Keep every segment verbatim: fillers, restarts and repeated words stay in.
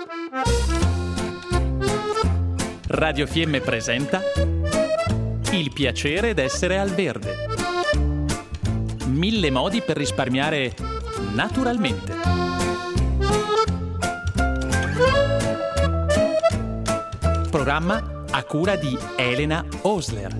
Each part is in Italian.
Radio Fiemme presenta Il piacere d'essere al verde. Mille modi per risparmiare naturalmente. Programma a cura di Elena Osler.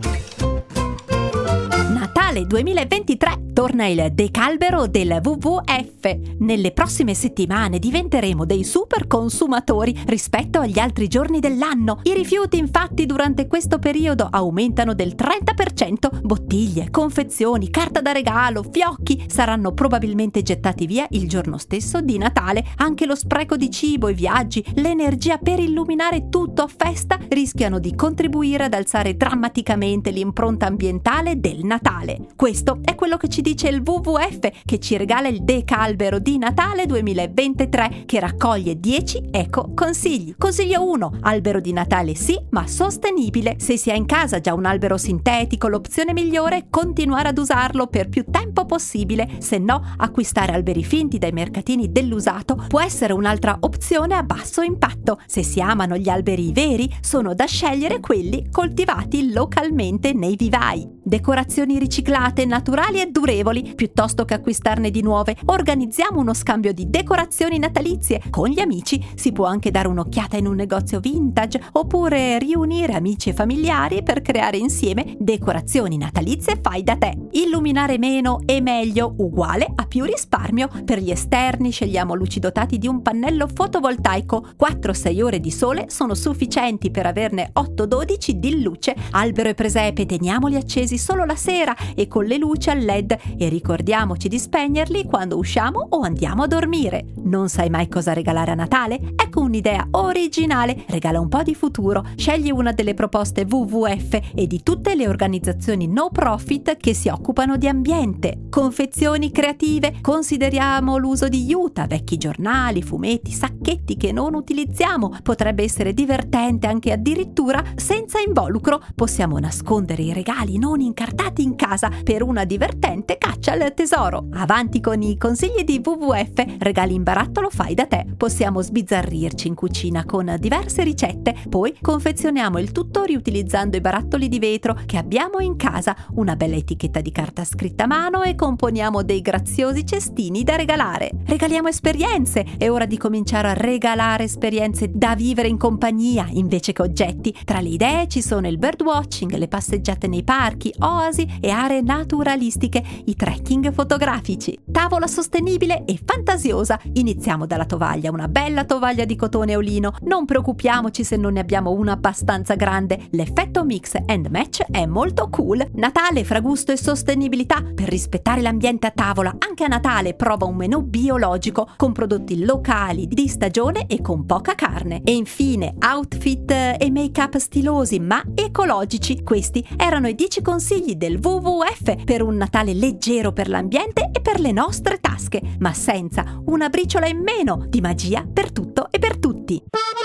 Natale duemilaventitré torna il decalbero del W W F. Nelle prossime settimane diventeremo dei super consumatori rispetto agli altri giorni dell'anno. I rifiuti infatti durante questo periodo aumentano del trenta per cento. Bottiglie, confezioni, carta da regalo, fiocchi saranno probabilmente gettati via il giorno stesso di Natale. Anche lo spreco di cibo, i viaggi, l'energia per illuminare tutto a festa rischiano di contribuire ad alzare drammaticamente l'impronta ambientale del Natale. Questo è quello che ci dice il W W F, che ci regala il decalbero di Natale duemilaventitré, che raccoglie dieci eco consigli. Consiglio uno: albero di Natale sì, ma sostenibile. Se si ha in casa già un albero sintetico, l'opzione migliore è continuare ad usarlo per più tempo possibile. Se no, acquistare alberi finti dai mercatini dell'usato può essere un'altra opzione a basso impatto. Se si amano gli alberi veri, sono da scegliere quelli coltivati localmente nei vivai. Decorazioni riciclate, naturali e durevoli, piuttosto che acquistarne di nuove. Organizziamo uno scambio di decorazioni natalizie. Con gli amici si può anche dare un'occhiata in un negozio vintage, oppure riunire amici e familiari per creare insieme decorazioni natalizie fai da te. Illuminare meno e meglio uguale a più risparmio. Per gli esterni scegliamo luci dotati di un pannello fotovoltaico. quattro sei ore di sole sono sufficienti per averne otto dodici di luce. Albero e presepe teniamoli accesi solo la sera e con le luci a led, e ricordiamoci di spegnerli quando usciamo o andiamo a dormire. Non sai mai cosa regalare a Natale? Ecco un'idea originale: regala un po' di futuro. Scegli una delle proposte W W F e di tutte le organizzazioni no profit che si occupano di ambiente. Confezioni creative: consideriamo l'uso di juta, vecchi giornali, fumetti, sacchetti che non utilizziamo. Potrebbe essere divertente anche addirittura senza involucro. Possiamo nascondere i regali non incartati in casa per una divertente caccia al tesoro. Avanti con i consigli di W W F, regali in barattolo fai da te. Possiamo sbizzarrirci in cucina con diverse ricette, poi confezioniamo il tutto riutilizzando i barattoli di vetro che abbiamo in casa, una bella etichetta di carta scritta a mano e componiamo dei graziosi cestini da regalare. Regaliamo esperienze, è ora di cominciare a regalare esperienze da vivere in compagnia invece che oggetti. Tra le idee ci sono il birdwatching, le passeggiate nei parchi, oasi e aree naturalistiche, i trekking fotografici. Tavola sostenibile e fantasiosa. Iniziamo dalla tovaglia, una bella tovaglia di cotone o lino. Non preoccupiamoci se non ne abbiamo una abbastanza grande. L'effetto mix and match è molto cool. Natale, fragusto e sostenibilità. Per rispettare l'ambiente a tavola, anche a Natale prova un menù biologico con prodotti locali, di stagione e con poca carne. E infine outfit e make-up stilosi ma ecologici. Questi erano i dieci consigli del W W F per un Natale leggero per l'ambiente e per le nostre tasche, ma senza una briciola in meno di magia per tutto e per tutti.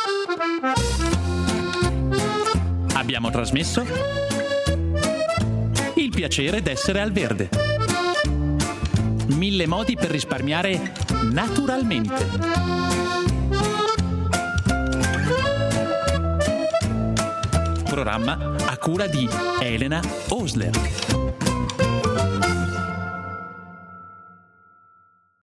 Abbiamo trasmesso Il piacere d'essere al verde. Mille modi per risparmiare naturalmente. Programma a cura di Elena Osler.